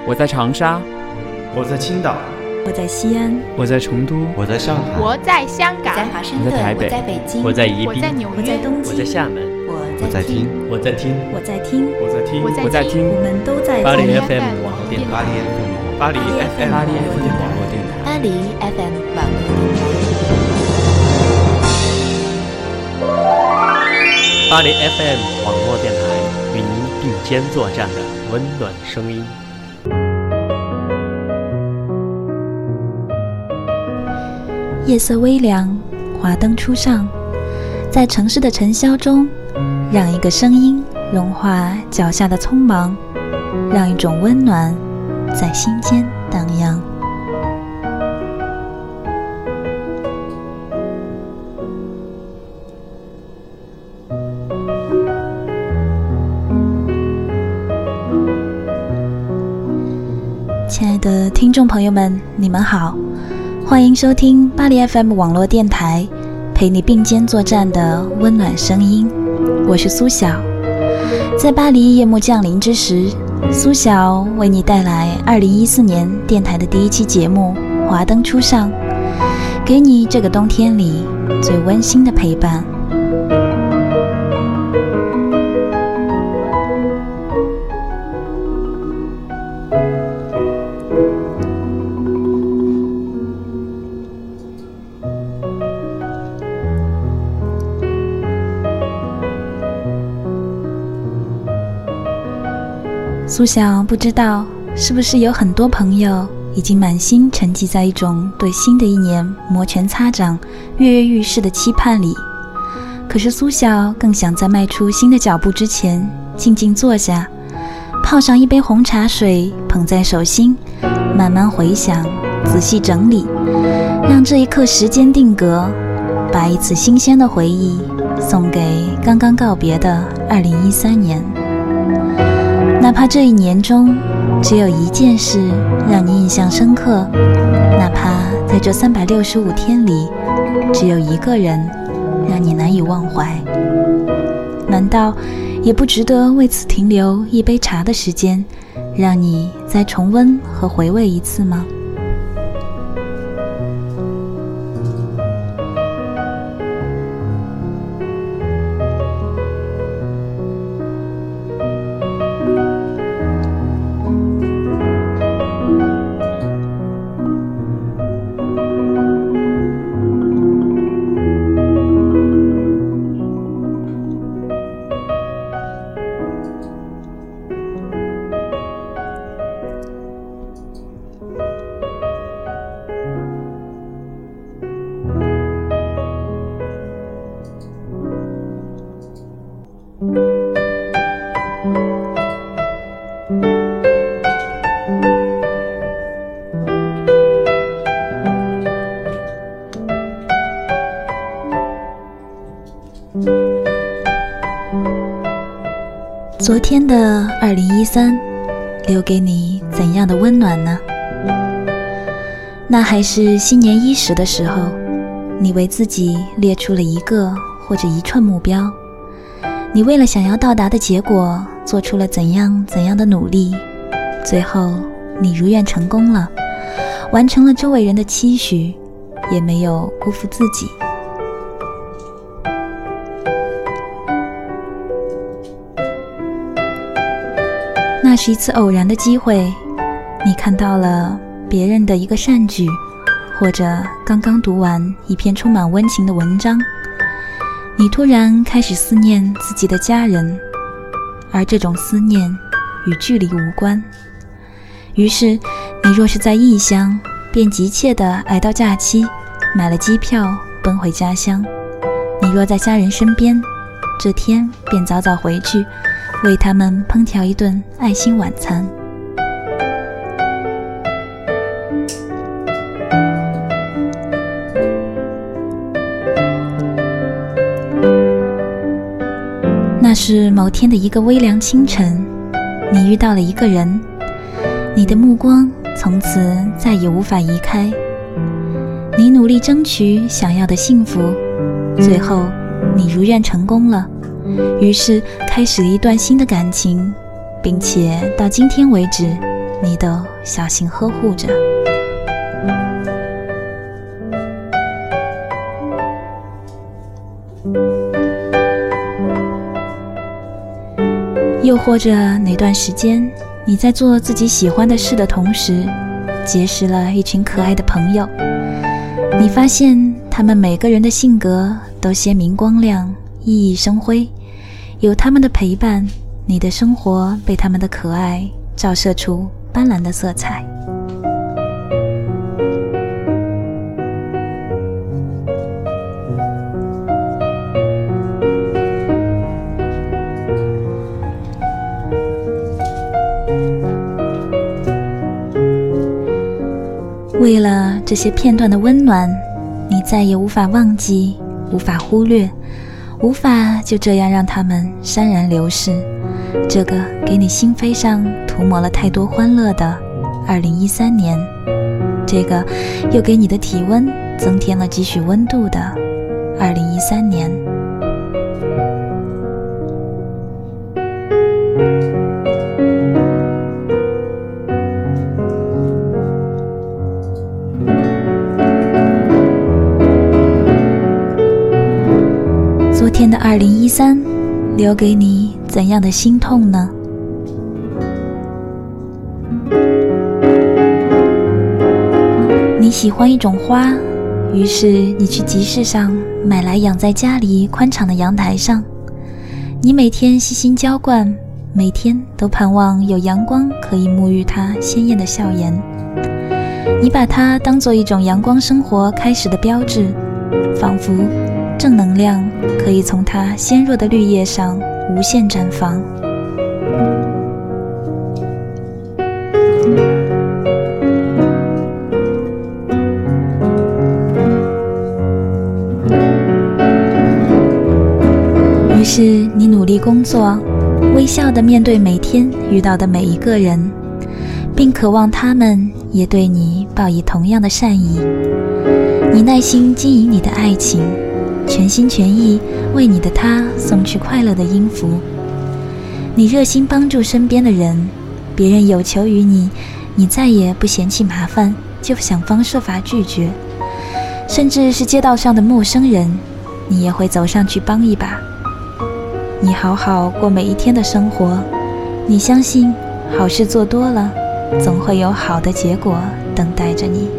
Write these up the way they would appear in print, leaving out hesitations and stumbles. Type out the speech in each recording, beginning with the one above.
我在长沙， 我在青岛， 我在西安， 我在成都， 我在上海， 我在香港， 我在华盛顿， 我在台北， 我在北京， 我在宜宾， 我在纽约， 我在东京， 我在厦门， 我在听， 我在听， 我在听， 我在听， 我在听， 我们都在巴黎听 FM 网络电台， 巴黎 FM 巴黎 FM 网络电台， 巴黎 FM 网络电台， 巴黎 FM 网络电台与您并肩作战的温暖声音。 夜色微凉，华灯初上，在城市的尘嚣中，让一个声音融化脚下的匆忙，让一种温暖在心间荡漾。亲爱的听众朋友们，你们好，欢迎收听巴黎 FM 网络电台，陪你并肩作战的温暖声音。我是苏晓。在巴黎夜幕降临之时，苏晓为你带来2014年电台的第一期节目《华灯初上》，给你这个冬天里最温馨的陪伴。苏晓不知道是不是有很多朋友已经满心沉寂在一种对新的一年摩拳擦掌、跃跃欲试的期盼里，可是苏晓更想在迈出新的脚步之前静静坐下，泡上一杯红茶水，捧在手心，慢慢回想，仔细整理，让这一刻时间定格，把一次新鲜的回忆送给刚刚告别的2013年。哪怕这一年中只有一件事让你印象深刻，哪怕在这365天里只有一个人让你难以忘怀，难道也不值得为此停留一杯茶的时间，让你再重温和回味一次吗？昨天的2013留给你怎样的温暖呢？那还是新年伊始的时候，你为自己列出了一个或者一串目标，你为了想要到达的结果做出了怎样的努力，最后你如愿成功了，完成了周围人的期许，也没有辜负自己。那是一次偶然的机会，你看到了别人的一个善举，或者刚刚读完一篇充满温情的文章，你突然开始思念自己的家人，而这种思念与距离无关。于是你若是在异乡，便急切地挨到假期，买了机票奔回家乡；你若在家人身边，这天便早早回去，为他们烹调一顿爱心晚餐。那是某天的一个微凉清晨，你遇到了一个人，你的目光从此再也无法移开。你努力争取想要的幸福，最后你如愿成功了，于是开始了一段新的感情，并且到今天为止你都小心呵护着。又或者哪段时间，你在做自己喜欢的事的同时，结识了一群可爱的朋友，你发现他们每个人的性格都鲜明光亮，熠熠生辉，有他们的陪伴，你的生活被他们的可爱照射出斑斓的色彩。为了这些片段的温暖，你再也无法忘记，无法忽略，无法就这样让它们潸然流逝。这个给你心扉上涂抹了太多欢乐的2013年，这个又给你的体温增添了几许温度的2013年。昨天的2013留给你怎样的心痛呢？你喜欢一种花，于是你去集市上买来养在家里宽敞的阳台上。你每天悉心浇灌，每天都盼望有阳光可以沐浴它鲜艳的笑颜。你把它当作一种阳光生活开始的标志，仿佛正能量可以从它纤弱的绿叶上无限绽放。于是你努力工作，微笑地面对每天遇到的每一个人，并渴望他们也对你报以同样的善意。你耐心经营你的爱情，全心全意为你的他送去快乐的音符。你热心帮助身边的人，别人有求于你，你再也不嫌弃麻烦，就想方设法拒绝。甚至是街道上的陌生人，你也会走上去帮一把。你好好过每一天的生活，你相信好事做多了，总会有好的结果等待着你。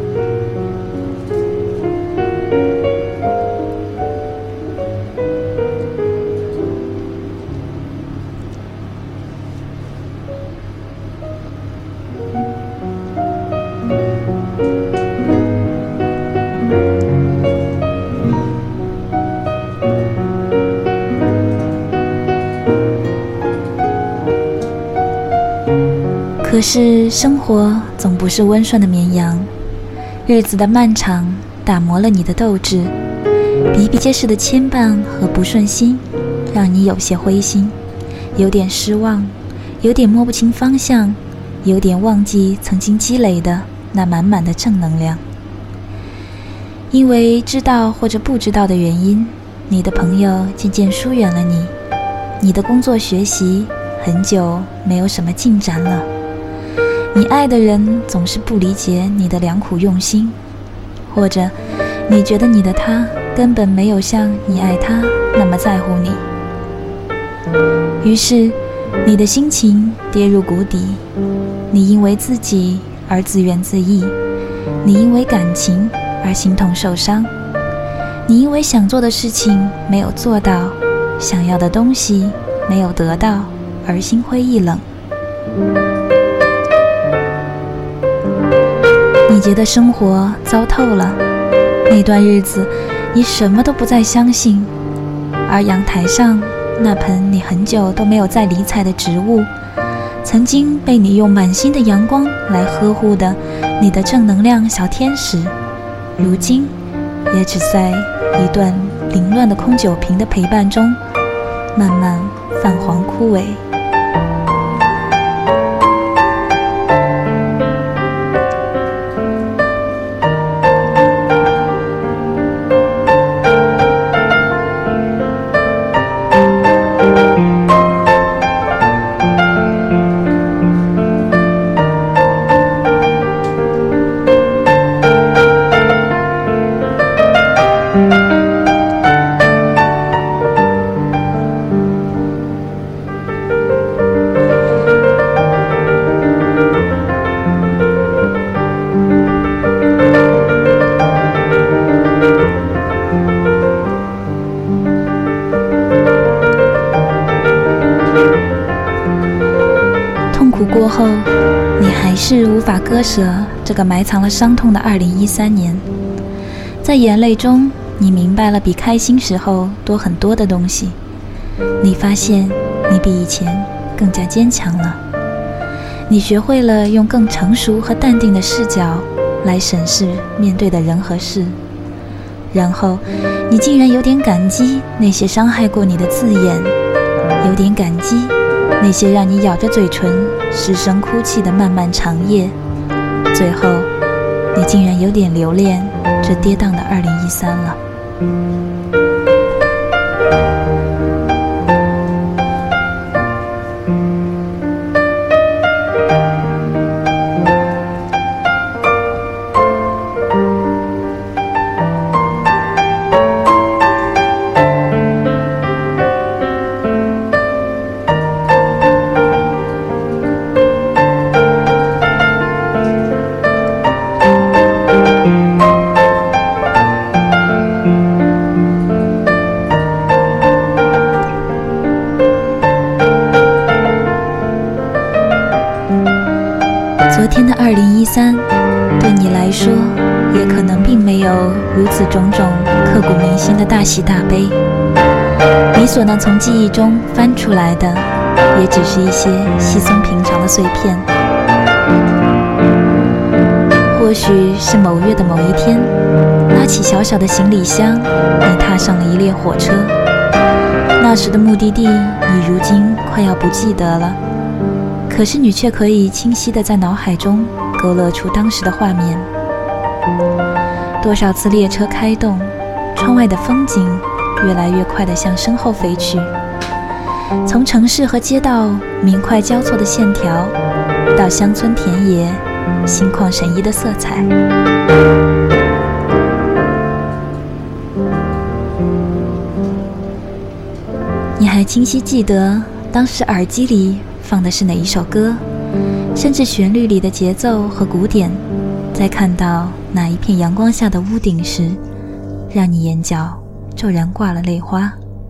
可是生活总不是温顺的绵羊，日子的漫长打磨了你的斗志，比比皆是的牵绊和不顺心，让你有些灰心，有点失望，有点摸不清方向，有点忘记曾经积累的那满满的正能量。因为知道或者不知道的原因，你的朋友渐渐疏远了你，你的工作学习很久没有什么进展了，你爱的人总是不理解你的良苦用心，或者你觉得你的他根本没有像你爱他那么在乎你。于是你的心情跌入谷底，你因为自己而自怨自艾，你因为感情而心痛受伤，你因为想做的事情没有做到，想要的东西没有得到而心灰意冷。你觉得生活糟透了，那段日子你什么都不再相信，而阳台上那盆你很久都没有再理睬的植物，曾经被你用满心的阳光来呵护的你的正能量小天使，如今也只在一段凌乱的空酒瓶的陪伴中慢慢泛黄枯萎。 苦过后，你还是无法割舍这个埋藏了伤痛的2013年。在眼泪中，你明白了比开心时候多很多的东西。你发现你比以前更加坚强了。你学会了用更成熟和淡定的视角来审视面对的人和事。然后你竟然有点感激那些伤害过你的字眼，有点感激那些让你咬着嘴唇失声哭泣的漫漫长夜。最后你竟然有点留恋这跌宕的2013了。昨天的2013对你来说也可能并没有如此种种刻骨铭心的大喜大悲，你所能从记忆中翻出来的也只是一些稀松平常的碎片。或许是某月的某一天，拿起小小的行李箱，你踏上了一列火车。那时的目的地你如今快要不记得了，可是你却可以清晰地在脑海中勾勒出当时的画面。多少次列车开动，窗外的风景越来越快地向身后飞去，从城市和街道明快交错的线条，到乡村田野心旷神怡的色彩。你还清晰记得当时耳机里放的是哪一首歌，甚至旋律里的节奏和鼓点，在看到哪一片阳光下的屋顶时，让你眼角骤然挂了泪花。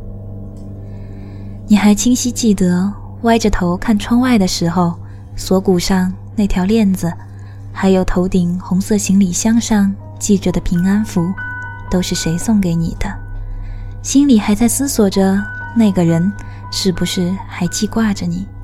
你还清晰记得歪着头看窗外的时候，锁骨上那条链子，还有头顶红色行李箱上系着的平安符，都是谁送给你的？心里还在思索着那个人是不是还记挂着你。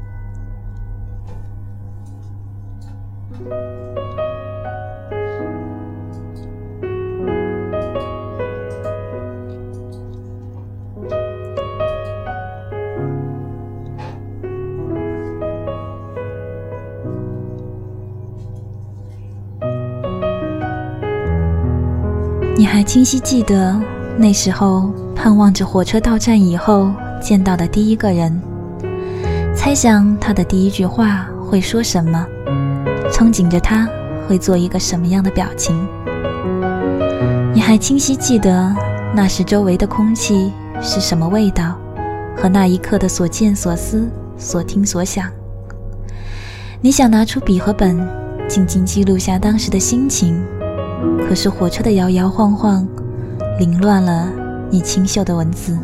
你还清晰记得那时候盼望着火车到站以后见到的第一个人，猜想他的第一句话会说什么，憧憬着他会做一个什么样的表情。你还清晰记得那时周围的空气是什么味道，和那一刻的所见所思所听所想。你想拿出笔和本静静记录下当时的心情，可是火车的摇摇晃晃凌乱了你清秀的文字。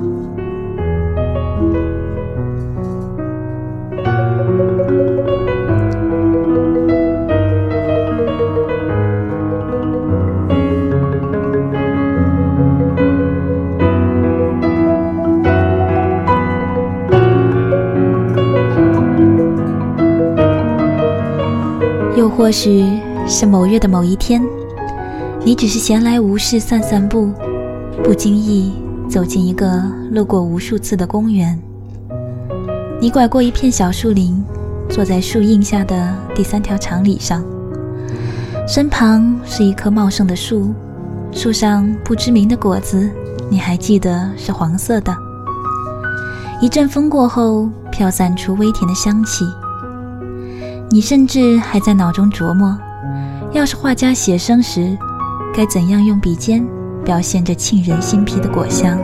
又或许是某月的某一天，你只是闲来无事散散步，不经意走进一个路过无数次的公园。你拐过一片小树林，坐在树荫下的第3条长椅上，身旁是一棵茂盛的树，树上不知名的果子你还记得是黄色的。一阵风过后，飘散出微甜的香气。你甚至还在脑中琢磨，要是画家写生时该怎样用笔尖表现这沁人心脾的果香。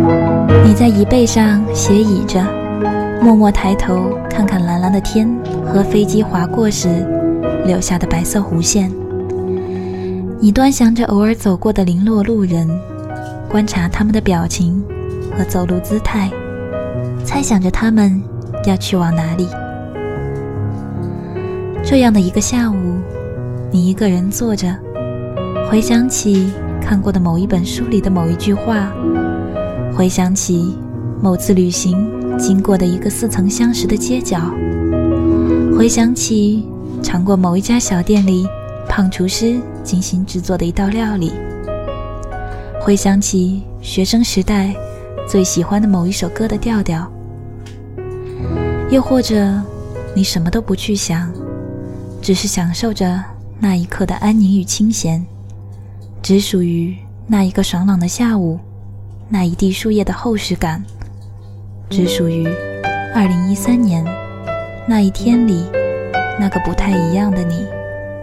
你在椅背上斜倚着，默默抬头看看蓝蓝的天和飞机划过时留下的白色弧线。你端详着偶尔走过的零落路人，观察他们的表情和走路姿态，猜想着他们要去往哪里。这样的一个下午，你一个人坐着，回想起看过的某一本书里的某一句话，回想起某次旅行经过的一个似曾相识的街角，回想起尝过某一家小店里胖厨师精心制作的一道料理，回想起学生时代最喜欢的某一首歌的调调。又或者你什么都不去想，只是享受着那一刻的安宁与清闲，只属于那一个爽朗的下午，那一地树叶的厚实感，只属于2013年那一天里那个不太一样的你。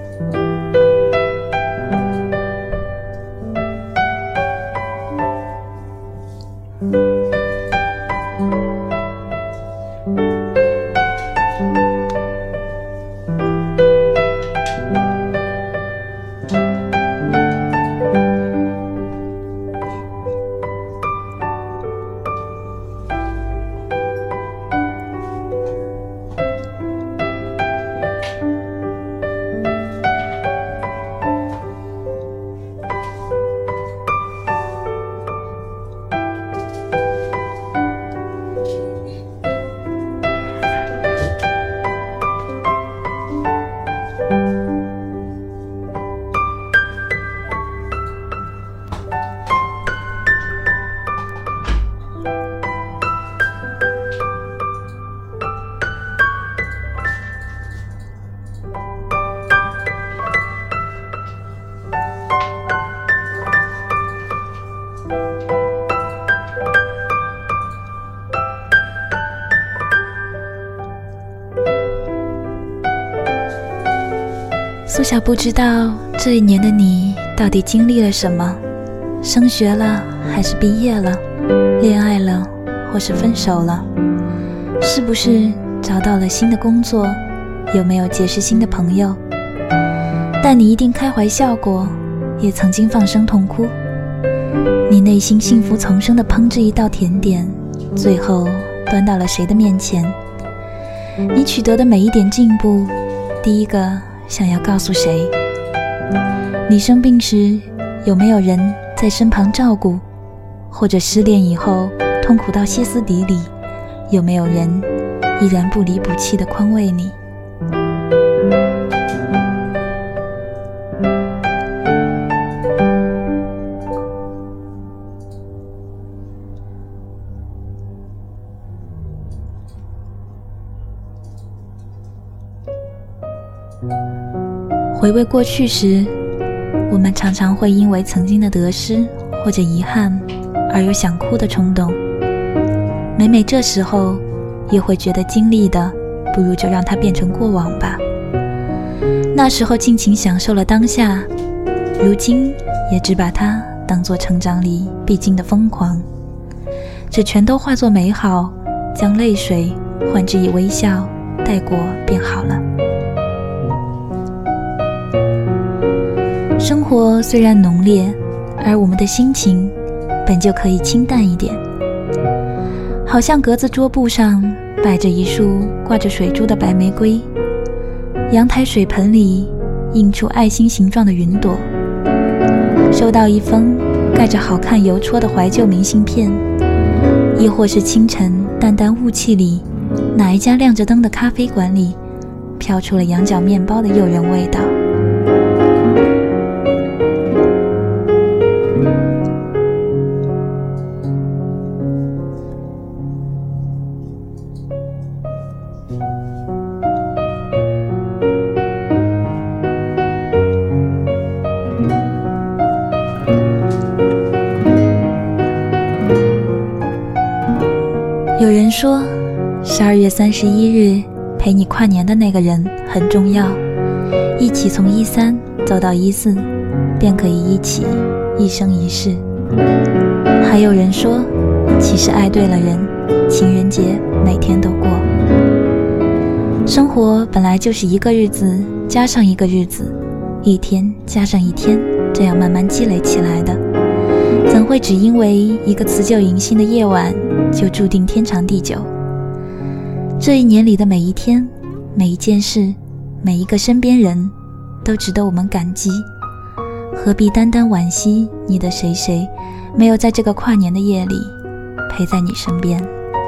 苏小不知道这一年的你到底经历了什么，升学了还是毕业了，恋爱了或是分手了，是不是找到了新的工作，有没有结识新的朋友。但你一定开怀笑过，也曾经放声痛哭。你内心幸福丛生地烹制一道甜点，最后端到了谁的面前。你取得的每一点进步，第一个想要告诉谁？你生病时有没有人在身旁照顾？或者失恋以后痛苦到歇斯底里，有没有人依然不离不弃地宽慰你？回味过去时，我们常常会因为曾经的得失或者遗憾而有想哭的冲动。每每这时候，也会觉得经历的不如就让它变成过往吧。那时候尽情享受了当下，如今也只把它当作成长里必经的疯狂。这全都化作美好，将泪水换之以微笑，带过便好了。生活虽然浓烈，而我们的心情本就可以清淡一点。好像格子桌布上摆着一束挂着水珠的白玫瑰，阳台水盆里映出爱心形状的云朵，收到一封盖着好看邮戳的怀旧明信片，亦或是清晨淡淡雾气里，哪一家亮着灯的咖啡馆里飘出了羊角面包的诱人味道。有人说12月31日陪你跨年的那个人很重要，一起从13走到14，便可以一起一生一世。还有人说，其实爱对了人，情人节每天都过。 生活本来就是一个日子加上一个日子，一天加上一天，这样慢慢积累起来的，怎会只因为一个辞旧迎新的夜晚就注定天长地久？这一年里的每一天，每一件事，每一个身边人，都值得我们感激，何必单单惋惜你的谁谁没有在这个跨年的夜里陪在你身边。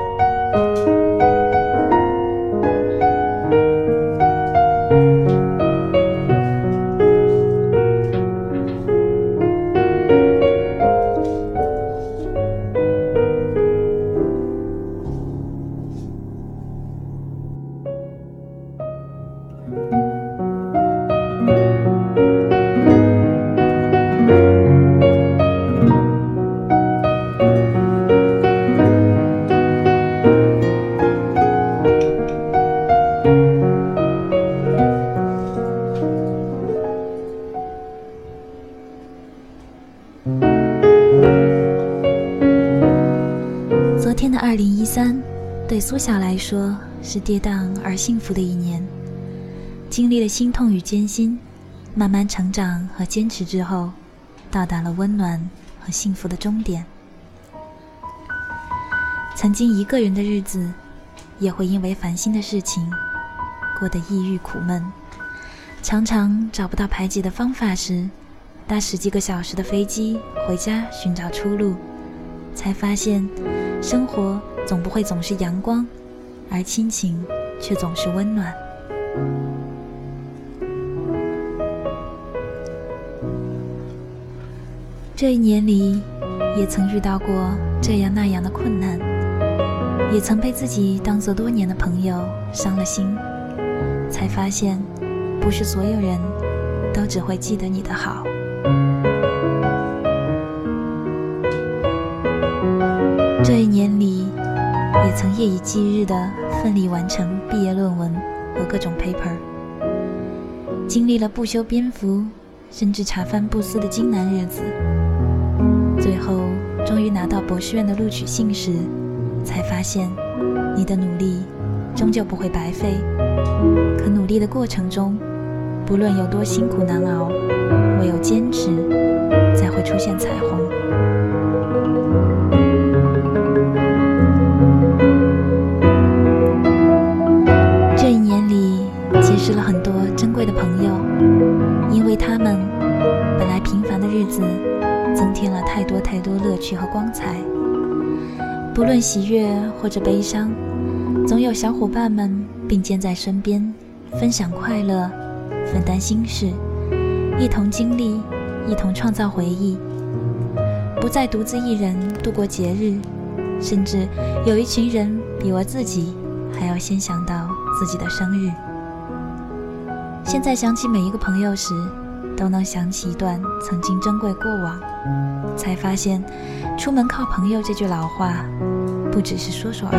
昨天的2013对苏小来说是跌宕而幸福的一年，经历了心痛与艰辛，慢慢成长和坚持之后，到达了温暖和幸福的终点。曾经一个人的日子，也会因为烦心的事情过得抑郁苦闷，常常找不到排解的方法时，搭10几个小时的飞机回家寻找出路，才发现生活总不会总是阳光，而亲情却总是温暖。这一年里，也曾遇到过这样那样的困难，也曾被自己当作多年的朋友伤了心，才发现不是所有人都只会记得你的好。这一年里，也曾夜以继日地奋力完成毕业论文和各种 paper， 经历了不修边幅甚至茶饭不思的艰难日子，最后终于拿到博士院的录取信时，才发现你的努力终究不会白费，可努力的过程中，不论有多辛苦难熬，唯有坚持才会出现彩虹。这一年里结识了很多珍贵的朋友，因为他们本来平凡的日子增添了太多太多乐趣和光彩，不论喜悦或者悲伤，总有小伙伴们并肩在身边，分享快乐，分担心事，一同经历，一同创造回忆，不再独自一人度过节日，甚至有一群人比我自己还要先想到自己的生日。现在想起每一个朋友时，都能想起一段曾经珍贵过往，才发现出门靠朋友这句老话不只是说说而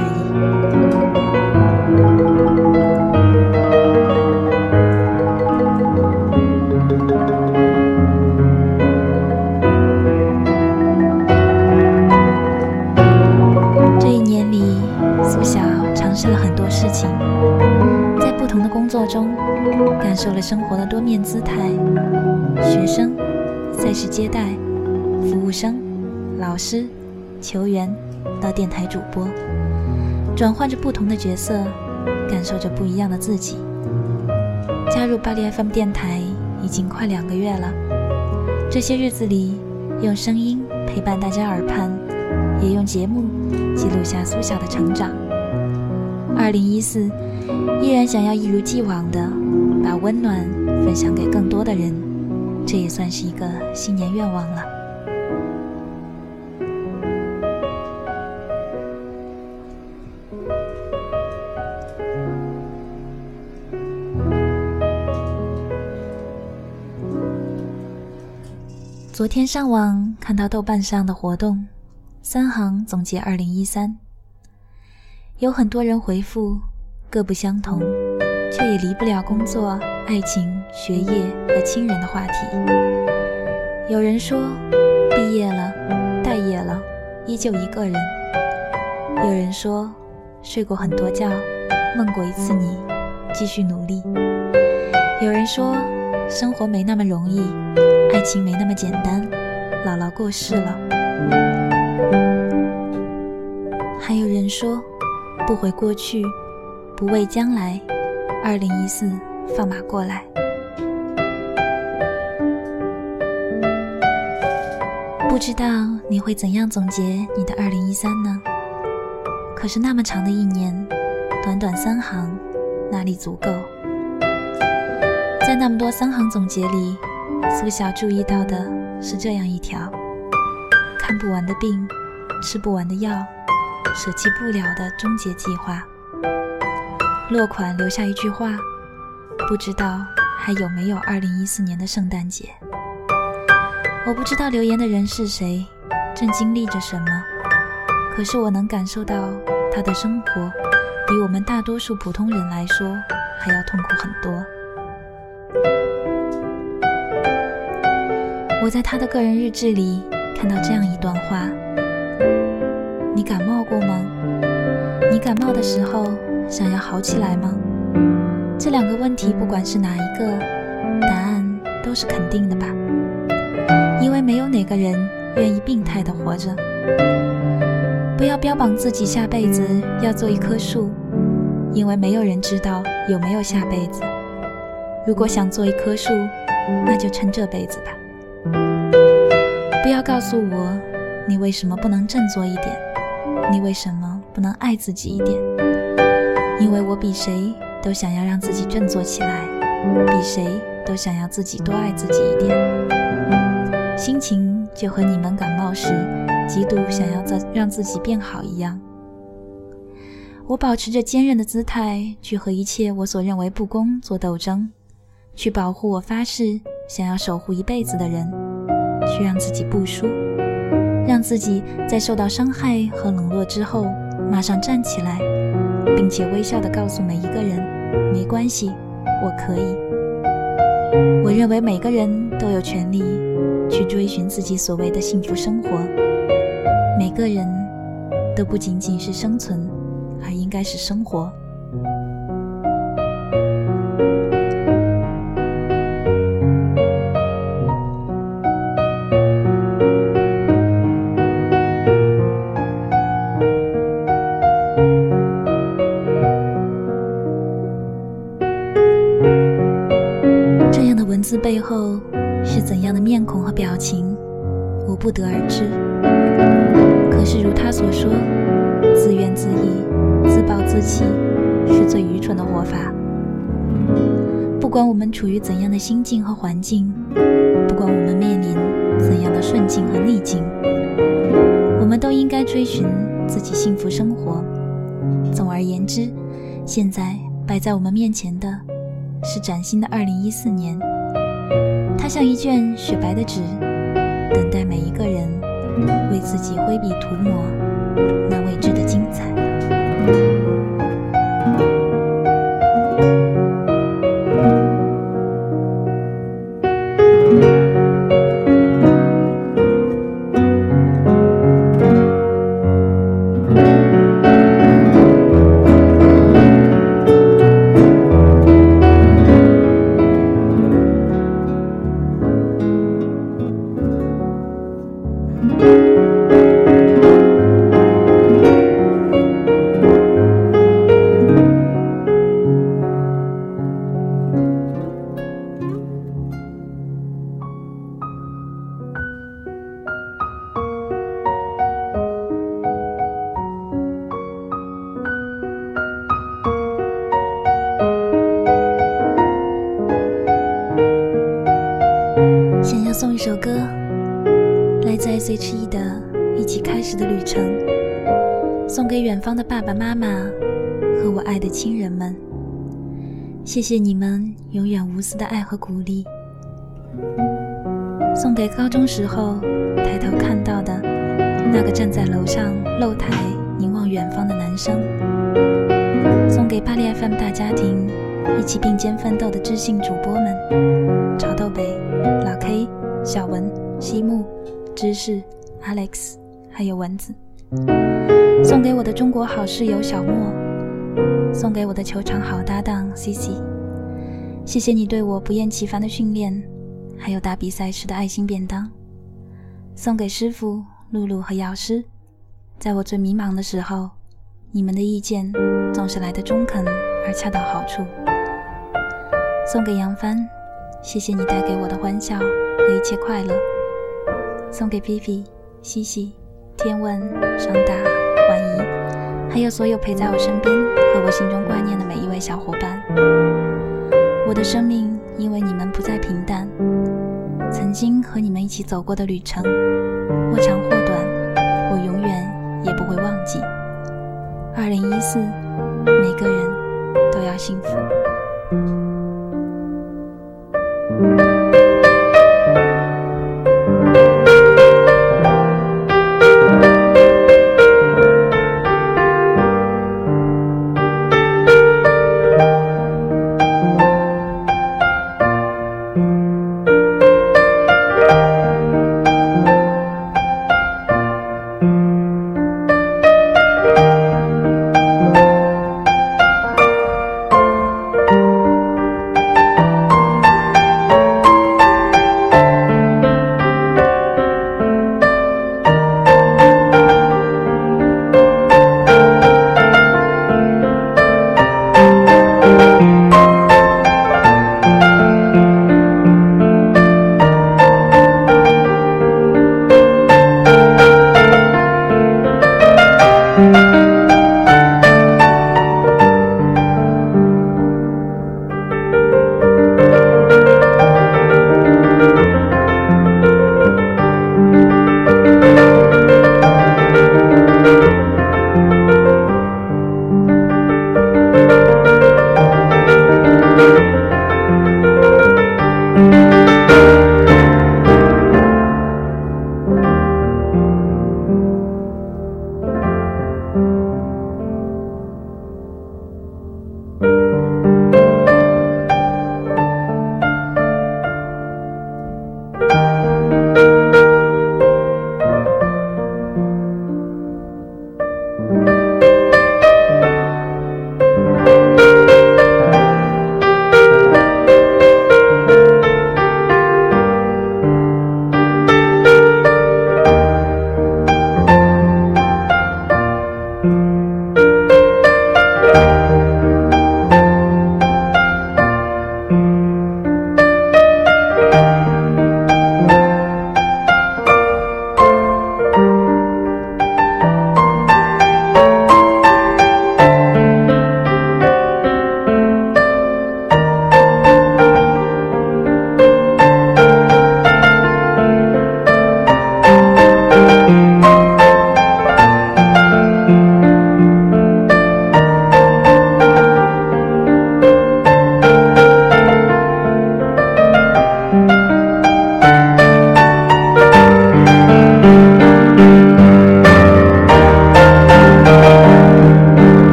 已。这一年里，苏小尝试了很多事情，在不同的工作中感受了生活的多面姿态，学生、赛事接待、服务生、老师、球员到电台主播，转换着不同的角色，感受着不一样的自己。加入巴黎 FM 电台已经快2个月了，这些日子里，用声音陪伴大家耳畔，也用节目记录下苏小的成长。2014依然想要一如既往的把温暖分享给更多的人，这也算是一个新年愿望了。昨天上网看到豆瓣上的活动，3行总结2013，有很多人回复各不相同，却也离不了工作、爱情、学业和亲人的话题。有人说毕业了，待业了，依旧一个人；有人说睡过很多觉，梦过一次你， 继续努力。有人说，生活没那么容易，爱情没那么简单，姥姥过世了。还有人说，不悔过去，不畏将来，2014放马过来。不知道你会怎样总结你的2013呢？可是那么长的一年，短短3行，哪里足够？在那么多3行总结里，苏小注意到的是这样一条：看不完的病，吃不完的药，舍弃不了的终结计划。落款留下一句话：不知道还有没有2014年的圣诞节。我不知道留言的人是谁，正经历着什么，可是我能感受到他的生活比我们大多数普通人来说还要痛苦很多。我在他的个人日志里看到这样一段话：你感冒过吗？你感冒的时候想要好起来吗？这2个问题不管是哪一个，答案都是肯定的吧，因为没有哪个人愿意病态地活着。不要标榜自己下辈子要做一棵树，因为没有人知道有没有下辈子。如果想做一棵树，那就趁这辈子吧。不要告诉我你为什么不能振作一点，你为什么不能爱自己一点，因为我比谁都想要让自己振作起来，比谁都想要自己多爱自己一点。心情就和你们感冒时极度想要让自己变好一样。我保持着坚韧的姿态去和一切我所认为不公做斗争，去保护我发誓想要守护一辈子的人，去让自己不输，让自己在受到伤害和冷落之后马上站起来，并且微笑地告诉每一个人，没关系，我可以。我认为每个人都有权利去追寻自己所谓的幸福生活，每个人都不仅仅是生存，而应该是生活。这样的文字背后是怎样的面孔和表情，我不得而知。可是如他所说，自怨自艾、自暴自弃是最愚蠢的活法。不管我们处于怎样的心境和环境，不管我们面临怎样的顺境和逆境，我们都应该追寻自己幸福生活。总而言之，现在摆在我们面前的是崭新的2014年，它像一卷雪白的纸，等待每一个人为自己挥笔涂抹那未知的精彩。想要送一首歌，来自 SHE 的《一起开始的旅程》，送给远方的爸爸妈妈和我爱的亲人们。谢谢你们永远无私的爱和鼓励。送给高中时候抬头看到的那个站在楼上露台凝望远方的男生。送给巴黎 FM 大家庭一起并肩奋斗的知性主播们，潮豆北、老 K、小文、西木、知识、Alex 还有蚊子。送给我的中国好室友小莫， 送给我的球场好搭档 CC， 谢谢你对我不厌其烦的训练，还有打比赛时的爱心便当。送给师傅露露和药师，在我最迷茫的时候，你们的意见总是来得中肯而恰到好处。送给杨帆，谢谢你带给我的欢笑和一切快乐。送给 Vivi、西西、天问、双大、婉仪，还有所有陪在我身边和我心中挂念的每一位小伙伴。我的生命因为你们不再平淡，曾经和你们一起走过的旅程，或长或短，我永远也不会忘记。2014，每个人都要幸福。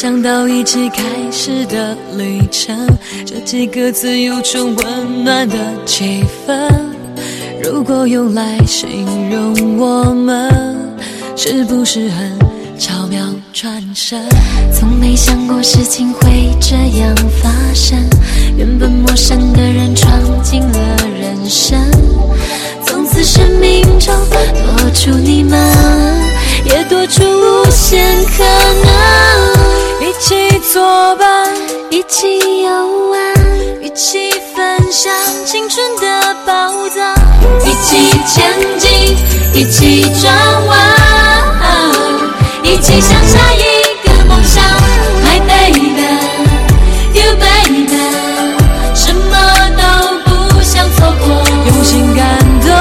想到一起开始的旅程，这几个字有种温暖的气氛。如果用来形容我们，是不是很巧妙转身？从没想过事情会这样发生，原本陌生的人闯进了人生，从此生命中多出你们，也多出无限可能。一起作伴，一起游玩，一起分享青春的宝藏，一起前进，一起转弯，一起想下一个梦想。My baby, you baby， 什么都不想错过，用心感动，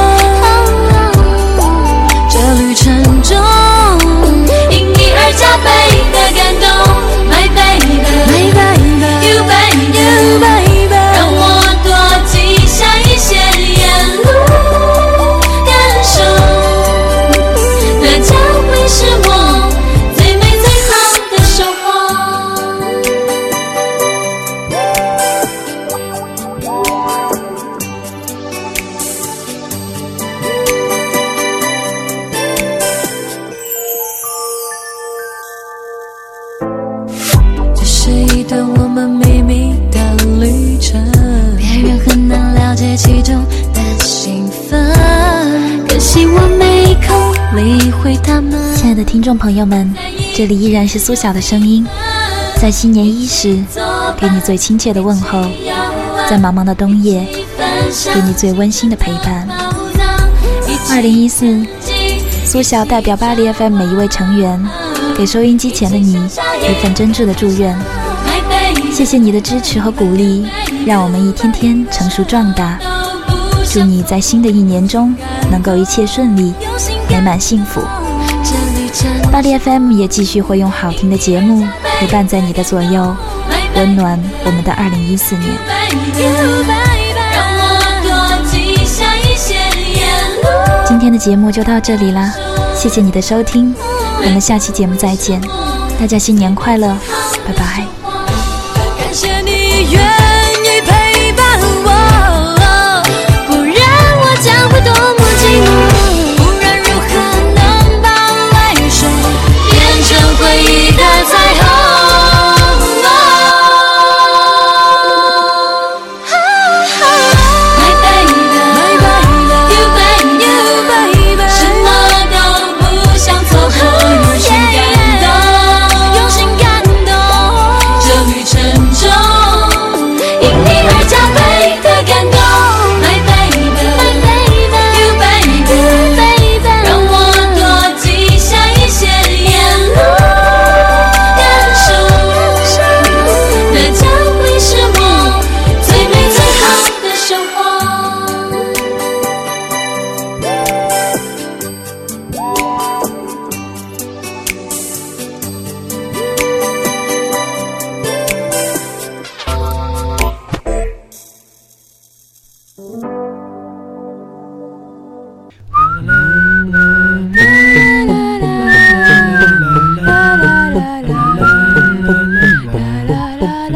这旅程中因你而加倍的感动。My baby, my baby, you baby, you baby， 让我多记下一些沿路感受，那将会是我最美最好的收获。这是一段我们秘密的旅程，别人很难了解其中的兴奋，可惜我没空理会他们。 亲爱的听众朋友们，这里依然是苏晓的声音，在新年伊始，给你最亲切的问候，在茫茫的冬夜，给你最温馨的陪伴。2014，苏晓代表巴黎 FM 每一位成员，给收音机前的你一份真挚的祝愿。谢谢你的支持和鼓励，让我们一天天成熟壮大。祝你在新的一年中能够一切顺利，美满幸福。巴黎 FM 也继续会用好听的节目陪伴在你的左右，温暖我们的2014年。今天的节目就到这里啦，谢谢你的收听，我们下期节目再见，大家新年快乐，拜拜。 感谢你愿意陪伴我，不然我将会多么寂寞，不然如何能把泪水变成回忆的彩虹。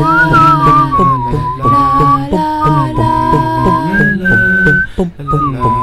Boom, boom, boom.